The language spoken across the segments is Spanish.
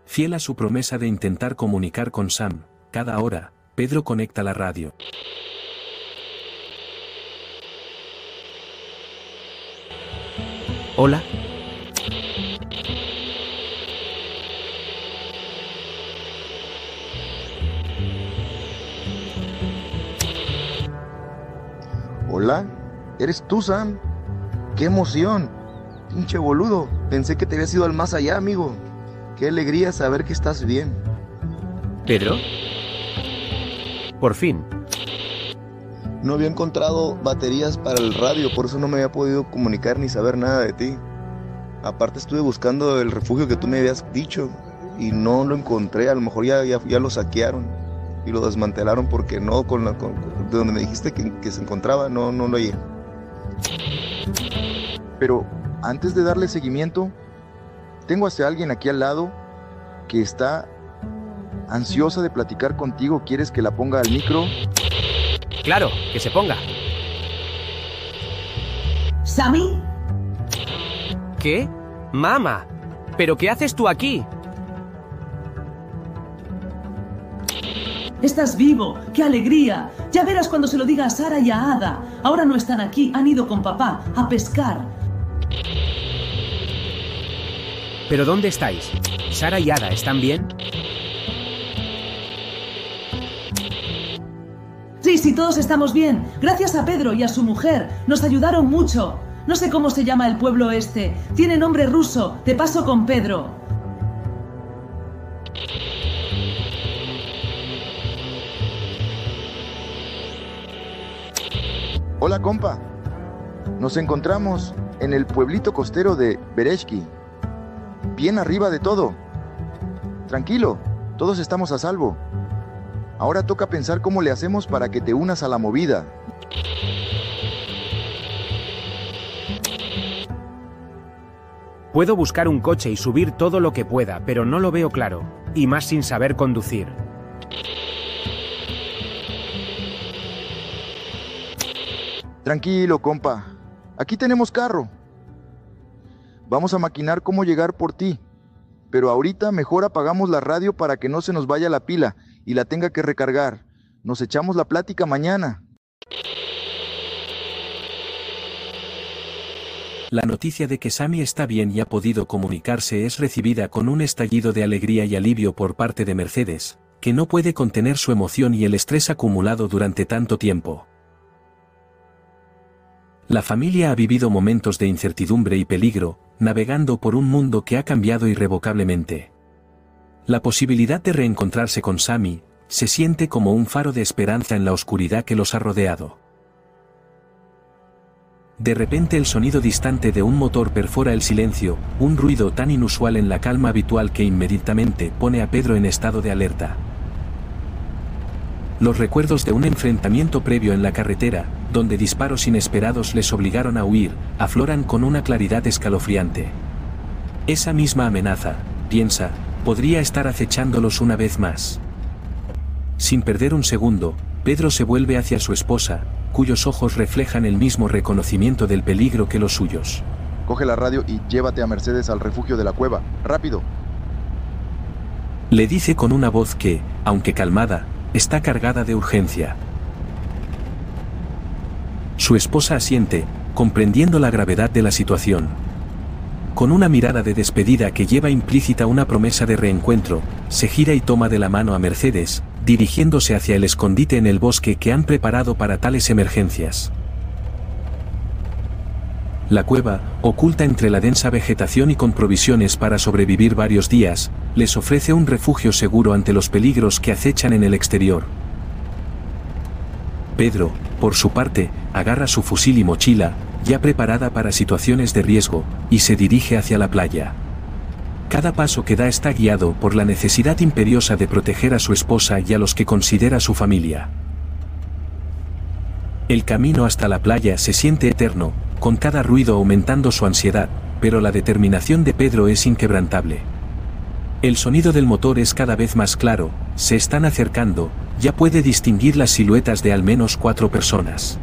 Fiel a su promesa de intentar comunicar con Sam, cada hora, Pedro conecta la radio. Hola. Hola, ¿eres tú, Sam? ¡Qué emoción! Pinche boludo, pensé que te habías ido al más allá, amigo. Qué alegría saber que estás bien. ¿Pedro? Por fin. No había encontrado baterías para el radio, por eso no me había podido comunicar ni saber nada de ti. Aparte estuve buscando el refugio que tú me habías dicho y no lo encontré. A lo mejor ya lo saquearon y lo desmantelaron porque no, de donde me dijiste que se encontraba, no lo hallé. Pero antes de darle seguimiento, tengo a alguien aquí al lado que está ansiosa de platicar contigo. ¿Quieres que la ponga al micro? Claro, que se ponga. ¿Sammy? ¿Qué? ¡Mamá! ¿Pero qué haces tú aquí? ¡Estás vivo! ¡Qué alegría! Ya verás cuando se lo diga a Sara y a Ada. Ahora no están aquí, han ido con papá a pescar. ¿Pero dónde estáis? ¿Sara y Ada están bien? Sí, todos estamos bien. Gracias a Pedro y a su mujer. Nos ayudaron mucho. No sé cómo se llama el pueblo este. Tiene nombre ruso. Te paso con Pedro. Hola, compa. Nos encontramos en el pueblito costero de Bereshki. Bien arriba de todo. Tranquilo, todos estamos a salvo. Ahora toca pensar cómo le hacemos para que te unas a la movida. Puedo buscar un coche y subir todo lo que pueda, pero no lo veo claro, y más sin saber conducir. Tranquilo, compa. Aquí tenemos carro. Vamos a maquinar cómo llegar por ti. Pero ahorita mejor apagamos la radio para que no se nos vaya la pila y la tenga que recargar. Nos echamos la plática mañana. La noticia de que Sammy está bien y ha podido comunicarse es recibida con un estallido de alegría y alivio por parte de Mercedes, que no puede contener su emoción y el estrés acumulado durante tanto tiempo. La familia ha vivido momentos de incertidumbre y peligro, navegando por un mundo que ha cambiado irrevocablemente. La posibilidad de reencontrarse con Sammy se siente como un faro de esperanza en la oscuridad que los ha rodeado. De repente el sonido distante de un motor perfora el silencio, un ruido tan inusual en la calma habitual que inmediatamente pone a Pedro en estado de alerta. Los recuerdos de un enfrentamiento previo en la carretera, donde disparos inesperados les obligaron a huir, afloran con una claridad escalofriante. Esa misma amenaza, piensa, podría estar acechándolos una vez más. Sin perder un segundo, Pedro se vuelve hacia su esposa, cuyos ojos reflejan el mismo reconocimiento del peligro que los suyos. Coge la radio y llévate a Mercedes al refugio de la cueva. ¡Rápido! Le dice con una voz que, aunque calmada, está cargada de urgencia. Su esposa asiente, comprendiendo la gravedad de la situación. Con una mirada de despedida que lleva implícita una promesa de reencuentro, se gira y toma de la mano a Mercedes, dirigiéndose hacia el escondite en el bosque que han preparado para tales emergencias. La cueva, oculta entre la densa vegetación y con provisiones para sobrevivir varios días, les ofrece un refugio seguro ante los peligros que acechan en el exterior. Pedro, por su parte, agarra su fusil y mochila, ya preparada para situaciones de riesgo, y se dirige hacia la playa. Cada paso que da está guiado por la necesidad imperiosa de proteger a su esposa y a los que considera su familia. El camino hasta la playa se siente eterno, con cada ruido aumentando su ansiedad, pero la determinación de Pedro es inquebrantable. El sonido del motor es cada vez más claro, se están acercando, ya puede distinguir las siluetas de al menos 4 personas.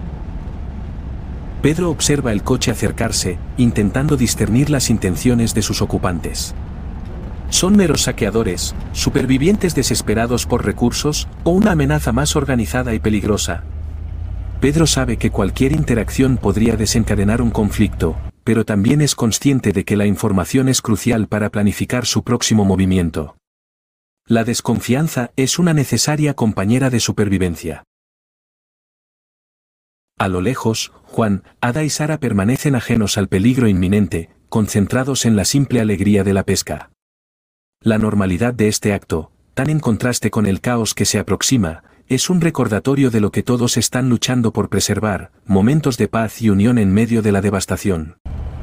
Pedro observa el coche acercarse, intentando discernir las intenciones de sus ocupantes. ¿Son meros saqueadores, supervivientes desesperados por recursos, o una amenaza más organizada y peligrosa? Pedro sabe que cualquier interacción podría desencadenar un conflicto, pero también es consciente de que la información es crucial para planificar su próximo movimiento. La desconfianza es una necesaria compañera de supervivencia. A lo lejos, Juan, Ada y Sara permanecen ajenos al peligro inminente, concentrados en la simple alegría de la pesca. La normalidad de este acto, tan en contraste con el caos que se aproxima, es un recordatorio de lo que todos están luchando por preservar, momentos de paz y unión en medio de la devastación.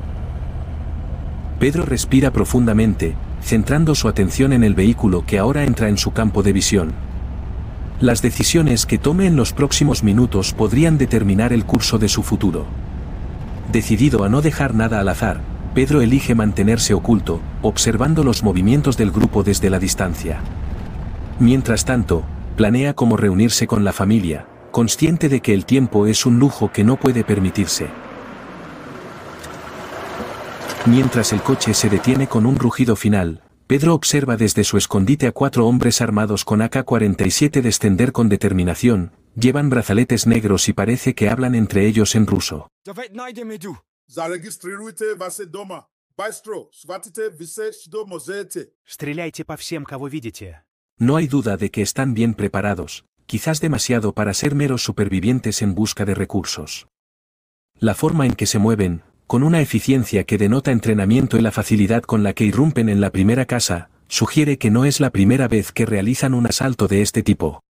Pedro respira profundamente, centrando su atención en el vehículo que ahora entra en su campo de visión. Las decisiones que tome en los próximos minutos podrían determinar el curso de su futuro. Decidido a no dejar nada al azar, Pedro elige mantenerse oculto, observando los movimientos del grupo desde la distancia. Mientras tanto, planea cómo reunirse con la familia, consciente de que el tiempo es un lujo que no puede permitirse. Mientras el coche se detiene con un rugido final, Pedro observa desde su escondite a 4 hombres armados con AK-47 descender con determinación, llevan brazaletes negros y parece que hablan entre ellos en ruso. Стреляйте по всем, кого видите. No hay duda de que están bien preparados, quizás demasiado para ser meros supervivientes en busca de recursos. La forma en que se mueven, con una eficiencia que denota entrenamiento y la facilidad con la que irrumpen en la primera casa, sugiere que no es la primera vez que realizan un asalto de este tipo.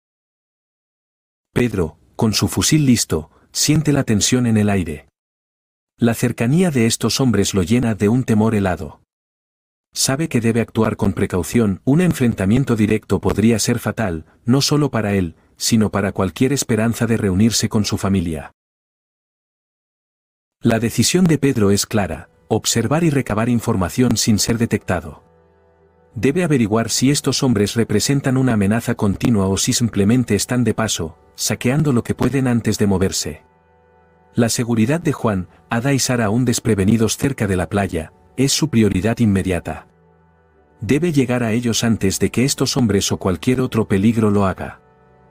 Pedro, con su fusil listo, siente la tensión en el aire. La cercanía de estos hombres lo llena de un temor helado. Sabe que debe actuar con precaución, un enfrentamiento directo podría ser fatal, no solo para él, sino para cualquier esperanza de reunirse con su familia. La decisión de Pedro es clara: observar y recabar información sin ser detectado. Debe averiguar si estos hombres representan una amenaza continua o si simplemente están de paso, saqueando lo que pueden antes de moverse. La seguridad de Juan, Ada y Sara aún desprevenidos cerca de la playa, es su prioridad inmediata. Debe llegar a ellos antes de que estos hombres o cualquier otro peligro lo haga.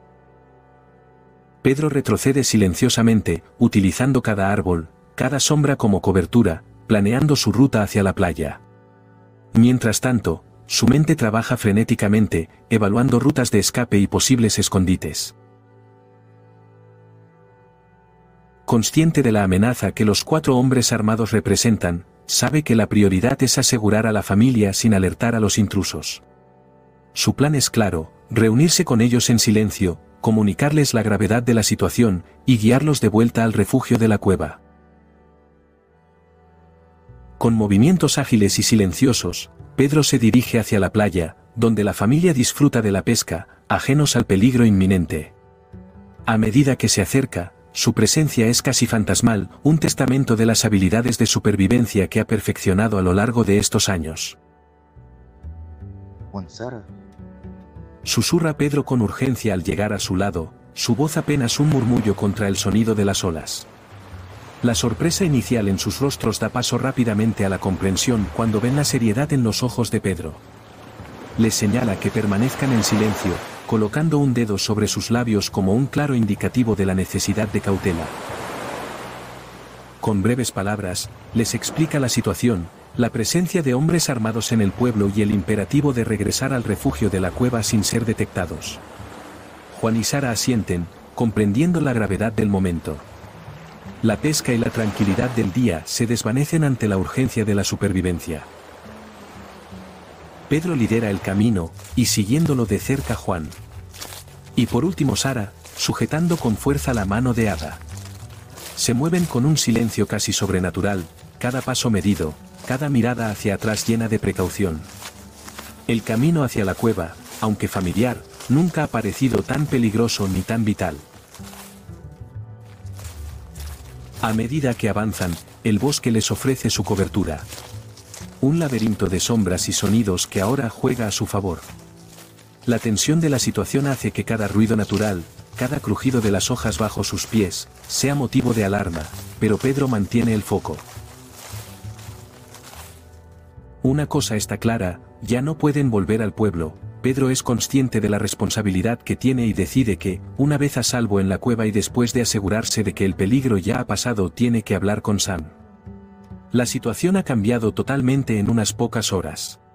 Pedro retrocede silenciosamente, utilizando cada árbol, cada sombra como cobertura, planeando su ruta hacia la playa. Mientras tanto, su mente trabaja frenéticamente, evaluando rutas de escape y posibles escondites. Consciente de la amenaza que los 4 hombres armados representan, sabe que la prioridad es asegurar a la familia sin alertar a los intrusos. Su plan es claro: reunirse con ellos en silencio, comunicarles la gravedad de la situación, y guiarlos de vuelta al refugio de la cueva. Con movimientos ágiles y silenciosos, Pedro se dirige hacia la playa, donde la familia disfruta de la pesca, ajenos al peligro inminente. A medida que se acerca, su presencia es casi fantasmal, un testamento de las habilidades de supervivencia que ha perfeccionado a lo largo de estos años. Juan, Sara. Susurra Pedro con urgencia al llegar a su lado, su voz apenas un murmullo contra el sonido de las olas. La sorpresa inicial en sus rostros da paso rápidamente a la comprensión cuando ven la seriedad en los ojos de Pedro. Les señala que permanezcan en silencio, colocando un dedo sobre sus labios como un claro indicativo de la necesidad de cautela. Con breves palabras, les explica la situación, la presencia de hombres armados en el pueblo y el imperativo de regresar al refugio de la cueva sin ser detectados. Juan y Sara asienten, comprendiendo la gravedad del momento. La pesca y la tranquilidad del día se desvanecen ante la urgencia de la supervivencia. Pedro lidera el camino, y siguiéndolo de cerca Juan. Y por último Sara, sujetando con fuerza la mano de Ada. Se mueven con un silencio casi sobrenatural, cada paso medido, cada mirada hacia atrás llena de precaución. El camino hacia la cueva, aunque familiar, nunca ha parecido tan peligroso ni tan vital. A medida que avanzan, el bosque les ofrece su cobertura. Un laberinto de sombras y sonidos que ahora juega a su favor. La tensión de la situación hace que cada ruido natural, cada crujido de las hojas bajo sus pies, sea motivo de alarma, pero Pedro mantiene el foco. Una cosa está clara, ya no pueden volver al pueblo. Pedro es consciente de la responsabilidad que tiene y decide que, una vez a salvo en la cueva y después de asegurarse de que el peligro ya ha pasado, tiene que hablar con Sam. La situación ha cambiado totalmente en unas pocas horas.